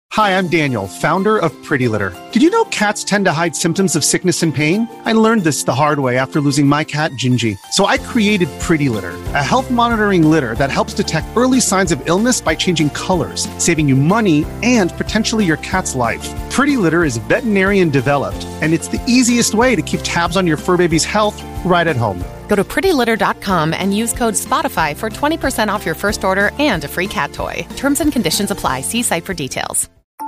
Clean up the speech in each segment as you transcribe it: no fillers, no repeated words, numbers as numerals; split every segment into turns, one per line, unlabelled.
Hi, I'm Daniel, founder of Pretty Litter. Did you know cats tend to hide symptoms of sickness and pain? I learned this the hard way after losing my cat, Gingy. So I created Pretty Litter, a health monitoring litter that helps detect early signs of illness by changing colors, saving you money and potentially your cat's life. Pretty Litter is veterinarian developed, and it's the easiest way to keep tabs on your fur baby's health right at home.
Go to prettylitter.com and use code SPOTIFY for 20% off your first order and a free cat toy. Terms and conditions apply. See site for details.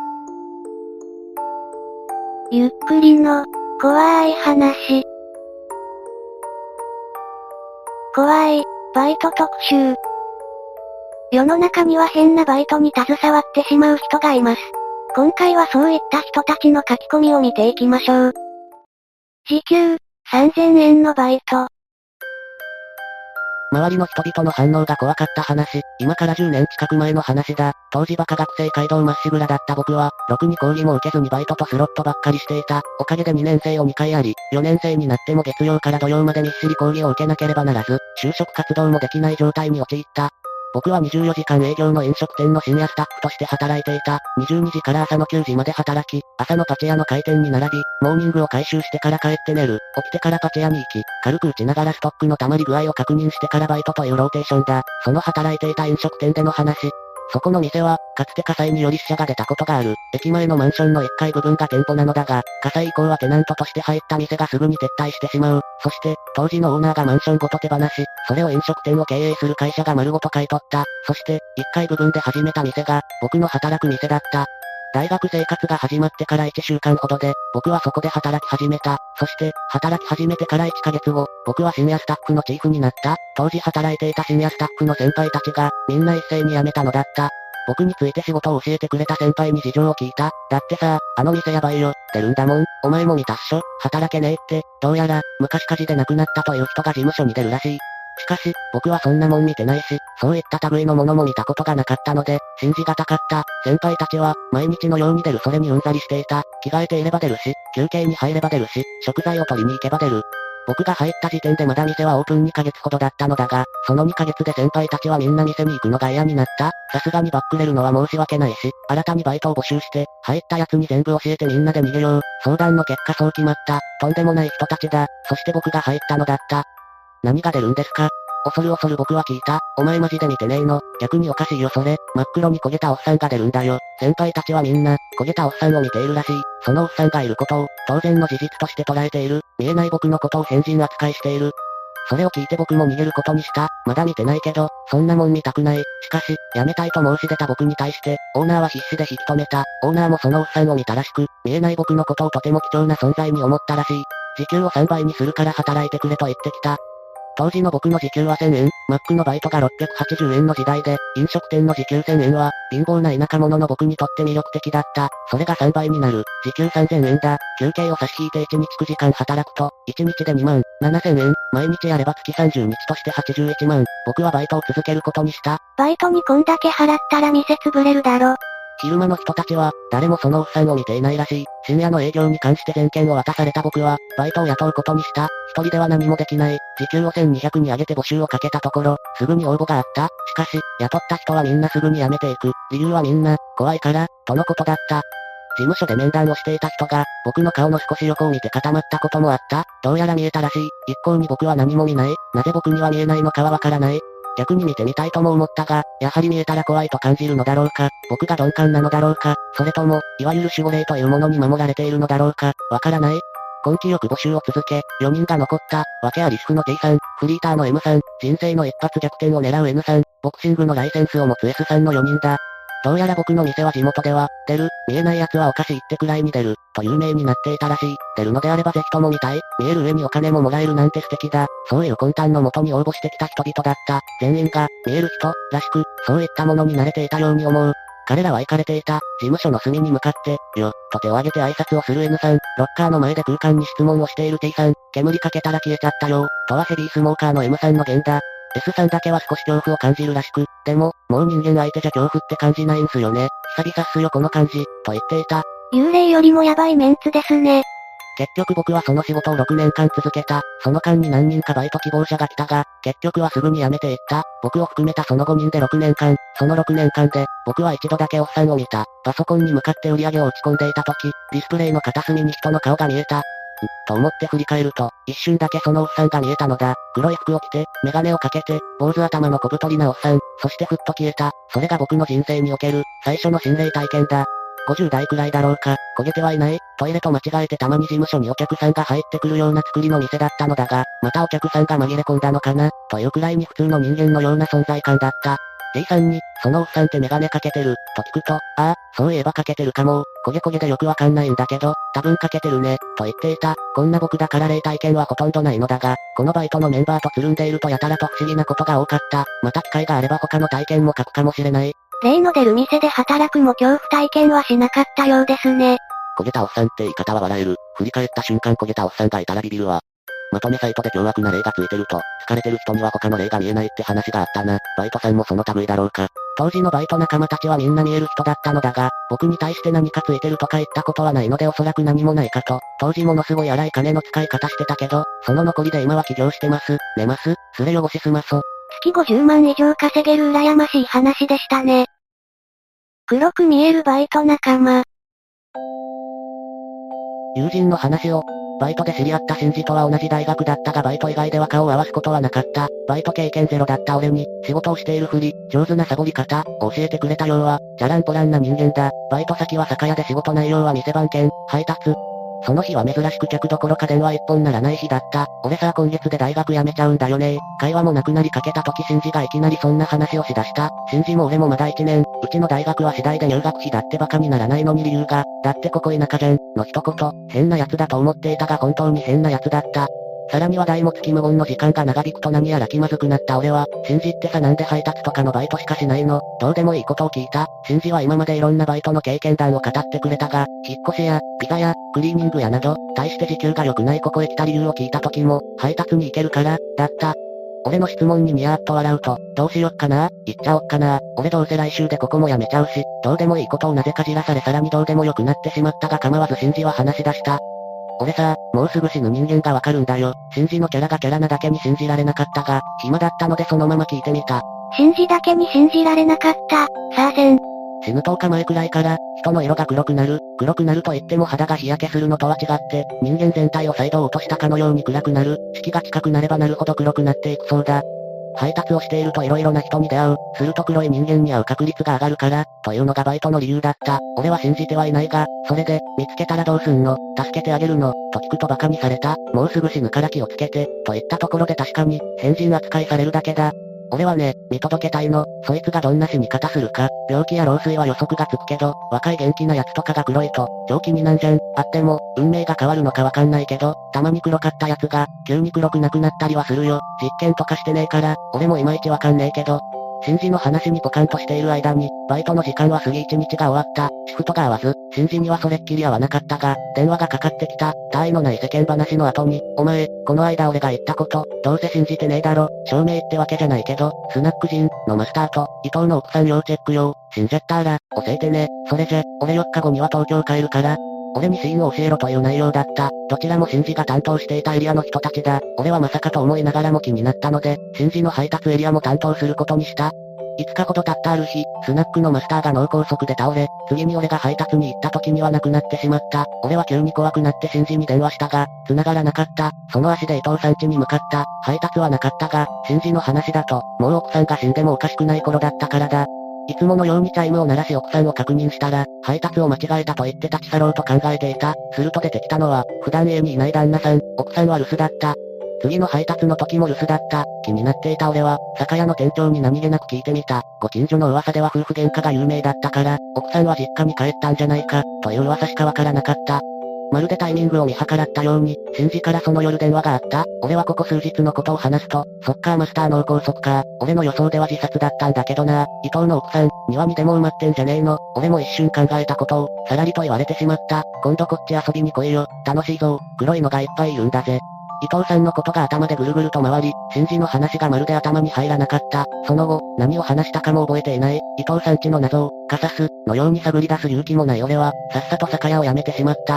ゆっくりの、怖い話。怖い、バイト特集。世の中には変なバイトに携わってしまう人がいます。今回はそういった人たちの書き込みを見ていきましょう。時給、3000円のバイト。
周りの人々の反応が怖かった話、今から10年近く前の話だ。当時バカ学生街道まっしぐらだった僕は、ろくに講義も受けずにバイトとスロットばっかりしていた。おかげで2年生を2回あり、4年生になっても月曜から土曜までみっしり講義を受けなければならず、就職活動もできない状態に陥った。僕は24時間営業の飲食店の深夜スタッフとして働いていた。22時から朝の9時まで働き、朝のパチ屋の開店に並び、モーニングを回収してから帰って寝る。起きてからパチ屋に行き、軽く打ちながらストックの溜まり具合を確認してからバイトというローテーションだ。その働いていた飲食店での話。そこの店は、かつて火災により死者が出たことがある。駅前のマンションの1階部分が店舗なのだが、火災以降はテナントとして入った店がすぐに撤退してしまう。そして、当時のオーナーがマンションごと手放し、それを飲食店を経営する会社が丸ごと買い取った。そして、1階部分で始めた店が、僕の働く店だった。大学生活が始まってから1週間ほどで、僕はそこで働き始めた。そして、働き始めてから1ヶ月後、僕は深夜スタッフのチーフになった。当時働いていた深夜スタッフの先輩たちが、みんな一斉に辞めたのだった。僕について仕事を教えてくれた先輩に事情を聞いた。だってさ、あの店やばいよ、出るんだもん。お前も見たっしょ。働けねえって、どうやら、昔火事で亡くなったという人が事務所に出るらしい。しかし、僕はそんなもん見てないし、そういった類のものも見たことがなかったので、信じがたかった。先輩たちは、毎日のように出るそれにうんざりしていた。着替えていれば出るし、休憩に入れば出るし、食材を取りに行けば出る。僕が入った時点でまだ店はオープン2ヶ月ほどだったのだが、その2ヶ月で先輩たちはみんな店に行くのが嫌になった。さすがにバックれるのは申し訳ないし、新たにバイトを募集して、入った奴に全部教えてみんなで逃げよう。相談の結果そう決まった。とんでもない人たちだ。そして僕が入ったのだった。何が出るんですか？恐る恐る僕は聞いた。お前マジで見てねえの？逆におかしいよそれ。真っ黒に焦げたおっさんが出るんだよ。先輩たちはみんな、焦げたおっさんを見ているらしい。そのおっさんがいることを、当然の事実として捉えている。見えない僕のことを変人扱いしている。それを聞いて僕も逃げることにした。まだ見てないけど、そんなもん見たくない。しかし、辞めたいと申し出た僕に対して、オーナーは必死で引き止めた。オーナーもそのおっさんを見たらしく、見えない僕のことをとても貴重な存在に思ったらしい。時給を3倍にするから働いてくれと言ってきた。当時の僕の時給は1000円、マックのバイトが680円の時代で、飲食店の時給1000円は、貧乏な田舎者の僕にとって魅力的だった。それが3倍になる。時給3000円だ。休憩を差し引いて1日9時間働くと、1日で2万7000円。毎日やれば月30日として81万。僕はバイトを続けることにした。
バイトにこんだけ払ったら店潰れるだろ。
昼間の人たちは、誰もそのおっさんを見ていないらしい。深夜の営業に関して全権を渡された僕は、バイトを雇うことにした。一人では何もできない。時給を1200に上げて募集をかけたところ、すぐに応募があった。しかし、雇った人はみんなすぐに辞めていく。理由はみんな、怖いから、とのことだった。事務所で面談をしていた人が、僕の顔の少し横を見て固まったこともあった。どうやら見えたらしい。一向に僕は何も見ない。なぜ僕には見えないのかはわからない。逆に見てみたいとも思ったが、やはり見えたら怖いと感じるのだろうか、僕が鈍感なのだろうか、それとも、いわゆる守護霊というものに守られているのだろうか、わからない。根気よく募集を続け、4人が残った、訳あり主婦の T さん、フリーターの M さん、人生の一発逆転を狙う N さん、ボクシングのライセンスを持つ S さんの4人だ。どうやら僕の店は地元では、出る、見えない奴はお菓子ってくらいに出る、と有名になっていたらしい。出るのであればぜひとも見たい。見える上にお金ももらえるなんて素敵だ。そういう魂胆のもとに応募してきた人々だった。全員が、見える人、らしく、そういったものに慣れていたように思う。彼らは行かれていた、事務所の隅に向かって、よ、と手を挙げて挨拶をする N さん、ロッカーの前で空間に質問をしている T さん、煙かけたら消えちゃったよ、とはヘビースモーカーの M さんの言だ。S さんだけは少し恐怖を感じるらしく、でも、もう人間相手じゃ恐怖って感じないんすよね。久々っすよこの感じ、と言っていた。
幽霊よりもヤバいメンツですね。
結局僕はその仕事を6年間続けた。その間に何人かバイト希望者が来たが、結局はすぐに辞めていった。僕を含めたその5人で6年間。その6年間で、僕は一度だけおっさんを見た。パソコンに向かって売り上げを打ち込んでいた時、ディスプレイの片隅に人の顔が見えた。と思って振り返ると、一瞬だけそのおっさんが見えたのだ。黒い服を着て、メガネをかけて、坊主頭の小太りなおっさん、そしてふっと消えた。それが僕の人生における、最初の心霊体験だ。50代くらいだろうか、焦げてはいない。トイレと間違えてたまに事務所にお客さんが入ってくるような作りの店だったのだが、またお客さんが紛れ込んだのかな、というくらいに普通の人間のような存在感だった。J さんに、そのおっさんってメガネかけてる、と聞くと、ああ、そういえばかけてるかも、焦げ焦げでよくわかんないんだけど、多分かけてるね、と言っていた。こんな僕だから霊体験はほとんどないのだが、このバイトのメンバーとつるんでいるとやたらと不思議なことが多かった。また機会があれば他の体験も書くかもしれない。
例の出る店で働くも恐怖体験はしなかったようですね。
焦げたおっさんって言い方は笑える。振り返った瞬間焦げたおっさんがいたらビビるわ。まとめサイトで凶悪な霊がついてると、疲れてる人には他の霊が見えないって話があったな。バイトさんもその類だろうか。当時のバイト仲間たちはみんな見える人だったのだが、僕に対して何かついてるとか言ったことはないのでおそらく何もないかと。当時ものすごい荒い金の使い方してたけど、その残りで今は起業してます。寝ます。すれ汚しすまそ。
月50万以上稼げる羨ましい話でしたね。黒く見えるバイト仲間。
友人の話を、バイトで知り合った新次とは同じ大学だったがバイト以外では顔を合わすことはなかった。バイト経験ゼロだった俺に、仕事をしているふり、上手なサボり方、を教えてくれたようは、チャランポランな人間だ。バイト先は酒屋で仕事内容は店番兼、配達。その日は珍しく客どころか電話一本ならない日だった。俺さ今月で大学辞めちゃうんだよね。会話もなくなりかけた時新次がいきなりそんな話をしだした。新次も俺もまだ1年、うちの大学は次第で入学費だってバカにならないのに理由が、だってここ田舎じゃん、の一言、変な奴だと思っていたが本当に変な奴だった。さらに話題もつき無言の時間が長引くと何やら気まずくなった俺は、新次ってさなんで配達とかのバイトしかしないの？どうでもいいことを聞いた。新次は今までいろんなバイトの経験談を語ってくれたが、引っ越しや、ピザや、クリーニングやなど、大して時給が良くないここへ来た理由を聞いた時も、配達に行けるから、だった。俺の質問にニヤーっと笑うと、どうしよっかな、行っちゃおっかな、俺どうせ来週でここも辞めちゃうし、どうでもいいことをなぜかじらされさらにどうでもよくなってしまったが構わず新次は話し出した。俺さ、もうすぐ死ぬ人間がわかるんだよ。新次のキャラがキャラなだけに信じられなかったが、暇だったのでそのまま聞いてみた。
新次だけに信じられなかった、さあせん。
死ぬ10日前くらいから、人の色が黒くなる。黒くなると言っても肌が日焼けするのとは違って、人間全体を再度落としたかのように暗くなる。式が近くなればなるほど黒くなっていくそうだ。配達をしていると色々な人に出会う。すると黒い人間に会う確率が上がるから、というのがバイトの理由だった。俺は信じてはいないが、それで、見つけたらどうすんの？助けてあげるの？と聞くとバカにされた。もうすぐ死ぬから気をつけて、と言ったところで確かに、変人扱いされるだけだ。俺はね、見届けたいの。そいつがどんな死に方するか。病気や老衰は予測がつくけど、若い元気なやつとかが黒いと、超気になんじゃん。あっても、運命が変わるのかわかんないけど、たまに黒かったやつが、急に黒くなくなったりはするよ。実験とかしてねえから、俺もいまいちわかんねえけど。新次の話にポカンとしている間に、バイトの時間は過ぎ1日が終わった。シフトが合わず、新次にはそれっきり合わなかったが、電話がかかってきた。他愛のない世間話の後に、お前、この間俺が言ったこと、どうせ信じてねえだろ。証明ってわけじゃないけど、スナック人のマスターと、伊藤の奥さん要チェック用、死んじゃったら、教えてね。それじゃ、俺4日後には東京帰るから。俺にシーンを教えろという内容だった。どちらも新次が担当していたエリアの人たちだ。俺はまさかと思いながらも気になったので、新次の配達エリアも担当することにした。5日ほど経ったある日、スナックのマスターが脳梗塞で倒れ、次に俺が配達に行った時には亡くなってしまった。俺は急に怖くなって新次に電話したが、繋がらなかった。その足で伊藤さん家に向かった。配達はなかったが、新次の話だと、もう奥さんが死んでもおかしくない頃だったからだ。いつものようにチャイムを鳴らし奥さんを確認したら、配達を間違えたと言って立ち去ろうと考えていた。すると出てきたのは、普段家にいない旦那さん、奥さんは留守だった。次の配達の時も留守だった。気になっていた俺は、酒屋の店長に何気なく聞いてみた。ご近所の噂では夫婦喧嘩が有名だったから、奥さんは実家に帰ったんじゃないか、という噂しかわからなかった。まるでタイミングを見計らったように、新次からその夜電話があった。俺はここ数日のことを話すと、そっかマスター脳梗塞か。俺の予想では自殺だったんだけどな。伊藤の奥さん、庭にでも埋まってんじゃねえの。俺も一瞬考えたことを、さらりと言われてしまった。今度こっち遊びに来いよ。楽しいぞ。黒いのがいっぱいいるんだぜ。伊藤さんのことが頭でぐるぐると回り、新次の話がまるで頭に入らなかった。その後、何を話したかも覚えていない。伊藤さん家の謎を、カサス、のように探り出す勇気もない俺は、さっさと酒屋を辞めてしまった。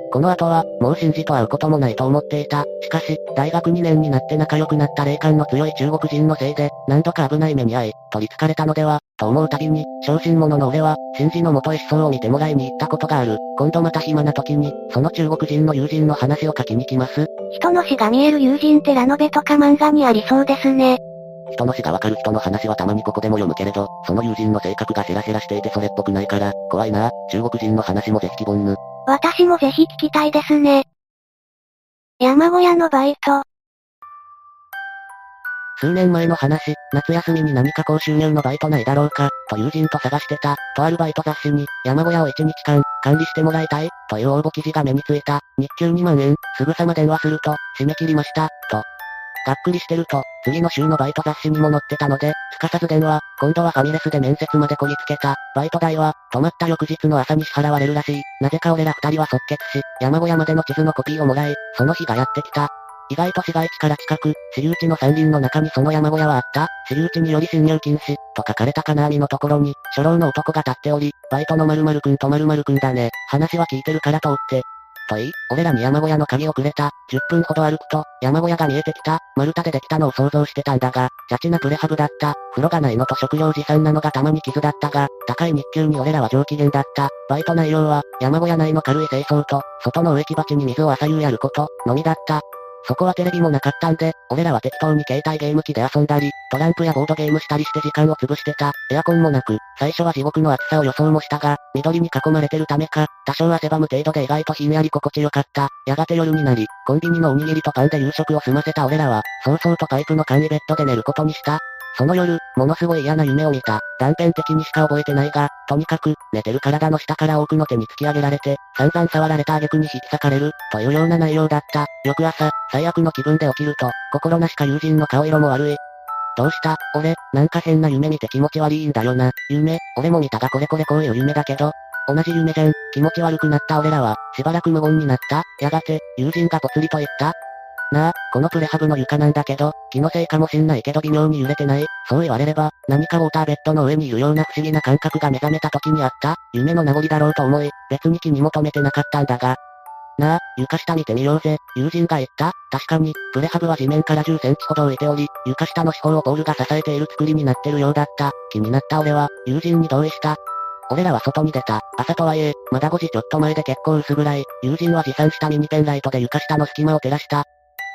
この後は、もう真治と会うこともないと思っていた。しかし、大学2年になって仲良くなった霊感の強い中国人のせいで、何度か危ない目に遭い、取り憑かれたのでは、と思うたびに、小心者の俺は、真治の元へ思想を見てもらいに行ったことがある。今度また暇な時に、その中国人の友人の話を書きに来ます。
人の死が見える友人ってラノベとか漫画にありそうですね。
人の死がわかる人の話はたまにここでも読むけれど、その友人の性格がヘラヘラしていてそれっぽくないから、怖いな。中国人の話もぜひ希望ぬ。
私もぜひ聞きたいですね。山小屋のバイト。
数年前の話、夏休みに何か高収入のバイトないだろうか、と友人と探してた、とあるバイト雑誌に、山小屋を1日間、管理してもらいたい、という応募記事が目についた。日給2万円、すぐさま電話すると、締め切りました、と。がっくりしてると、次の週のバイト雑誌にも載ってたので、すかさず電話、今度はファミレスで面接までこぎつけた。バイト代は、泊まった翌日の朝に支払われるらしい。なぜか俺ら二人は即決し、山小屋までの地図のコピーをもらい、その日がやってきた。意外と市街地から近く、私有地の山林の中にその山小屋はあった。私有地により侵入禁止、と書かれた金網のところに、初老の男が立っており、バイトの〇〇くんと〇〇くんだね。話は聞いてるから通って。と言い、俺らに山小屋の鍵をくれた。10分ほど歩くと、山小屋が見えてきた。丸太でできたのを想像してたんだが、チャチなプレハブだった。風呂がないのと食料持参なのがたまに傷だったが、高い日給に俺らは上機嫌だった。バイト内容は、山小屋内の軽い清掃と、外の植木鉢に水を朝夕やること、のみだった。そこはテレビもなかったんで、俺らは適当に携帯ゲーム機で遊んだり、トランプやボードゲームしたりして時間を潰してた。エアコンもなく、最初は地獄の暑さを予想もしたが、緑に囲まれてるためか、多少汗ばむ程度で意外とひんやり心地よかった。やがて夜になり、コンビニのおにぎりとパンで夕食を済ませた俺らは、早々とパイプの簡易ベッドで寝ることにした。その夜、ものすごい嫌な夢を見た。断片的にしか覚えてないが、とにかく、寝てる体の下から多くの手に突き上げられて、散々触られた挙句に引き裂かれる、というような内容だった。翌朝、最悪の気分で起きると、心なしか友人の顔色も悪い。どうした俺、なんか変な夢見て気持ち悪いんだよな。夢、俺も見たがこういう夢だけど。同じ夢じゃん。気持ち悪くなった俺らは、しばらく無言になった。やがて、友人がぽつりと言った。なあ、このプレハブの床なんだけど、気のせいかもしんないけど微妙に揺れてない。そう言われれば、何かウォーターベッドの上にいるような不思議な感覚が目覚めた時にあった。夢の名残だろうと思い、別に気にも留めてなかったんだが。なあ、床下見てみようぜ。友人が言った。確かに、プレハブは地面から10センチほど浮いており、床下の四方をポールが支えている作りになってるようだった。気になった俺は、友人に同意した。俺らは外に出た。朝とはいえ、まだ5時ちょっと前で結構薄暗い。友人は持参したミニペンライトで床下の隙間を照らした。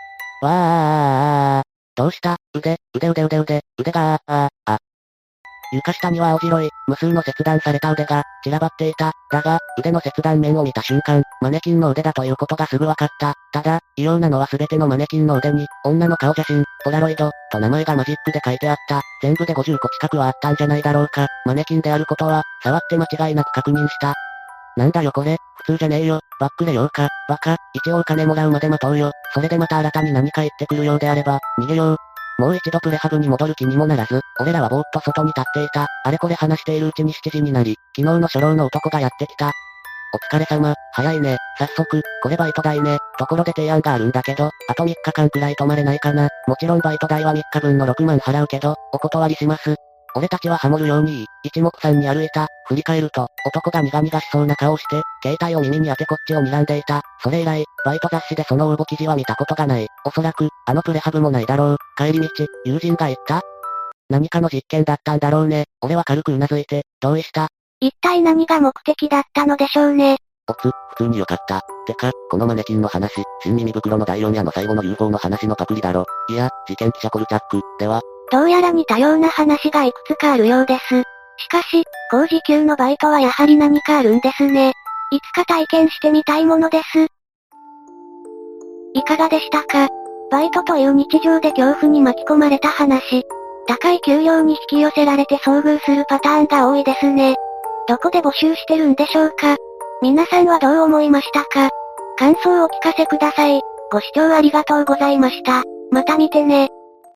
わー。どうした腕が床下には青白い、無数の切断された腕が、散らばっていた。だが、腕の切断面を見た瞬間、マネキンの腕だということがすぐ分かった。ただ、異様なのは全てのマネキンの腕に、女の顔写真、ポラロイド、と名前がマジックで書いてあった。全部で50個近くはあったんじゃないだろうか。マネキンであることは、触って間違いなく確認した。なんだよこれ、普通じゃねえよ。バックレようか、バカ、一応お金もらうまで待とうよ。それでまた新たに何か言ってくるようであれば、逃げよう。もう一度プレハブに戻る気にもならず、俺らはぼーっと外に立っていた。あれこれ話しているうちに7時になり、昨日の初老の男がやってきた。お疲れ様、早いね。早速、これバイト代ね。ところで提案があるんだけど、あと3日間くらい泊まれないかな。もちろんバイト代は3日分の6万払うけど、お断りします。俺たちはハモるように、一目散に歩いた。振り返ると、男が苦々しそうな顔をして、携帯を耳に当てこっちを睨んでいた。それ以来、バイト雑誌でその応募記事は見たことがない。おそらく、あのプレハブもないだろう。帰り道、友人が言った。何かの実験だったんだろうね。俺は軽く頷いて、同意した。
一体何が目的だったのでしょうね。
普通によかった。てか、このマネキンの話、新耳袋の第4夜の最後の UFO の話のパクリだろ。いや、事件記者コルチャック、では。
どうやら似たような話がいくつかあるようです。しかし、高時給のバイトはやはり何かあるんですね。いつか体験してみたいものです。いかがでしたか？バイトという日常で恐怖に巻き込まれた話。高い給料に引き寄せられて遭遇するパターンが多いですね。どこで募集してるんでしょうか？皆さんはどう思いましたか？感想をお聞かせください。ご視聴ありがとうございました。また見てね。